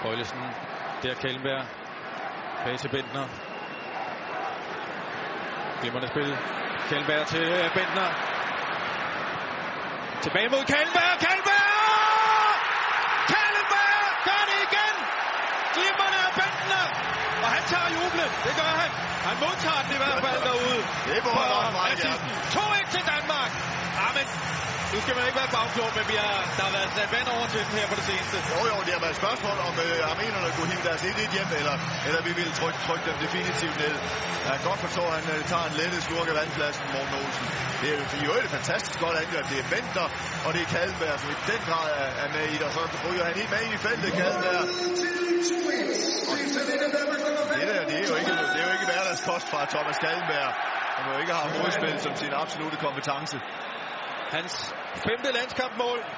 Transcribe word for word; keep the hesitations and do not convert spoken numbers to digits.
Bøjlesen, der Kallenberg, bag til Bendtner. Glimrende spil. Kallenberg til Bendtner. Tilbage mod Kallenberg. Kallenberg! Kallenberg gør det igen! Glimrende af Bendtner. Og han tager jublen. Det gør han. Han modtager den i hvert fald derude. Det må han også meget gerne. to et til Danmark. Amen. Nu skal man ikke være bagklog, men vi har, der har været sat vand over til den her på det seneste. Jo, jo, det har været et spørgsmål, om øh, armenerne kunne hive deres et et hjem, eller, eller vi ville trykke, trykke dem definitivt ned. Jeg kan godt forstå, at han øh, tager en lette slurk af vandflasken, Morten Olsen. Det er jo et fantastisk godt angreb. Det er Bendtner, og det er Kallenberg, som i den grad er, er med i det. Og så ryger han helt med ind i feltet, Kallenberg. Det der, det er jo ikke, det er jo ikke hverdagskost fra Thomas Kallenberg, som jo ikke har hovedspil som sin absolute kompetence. Hans femte landskampmål.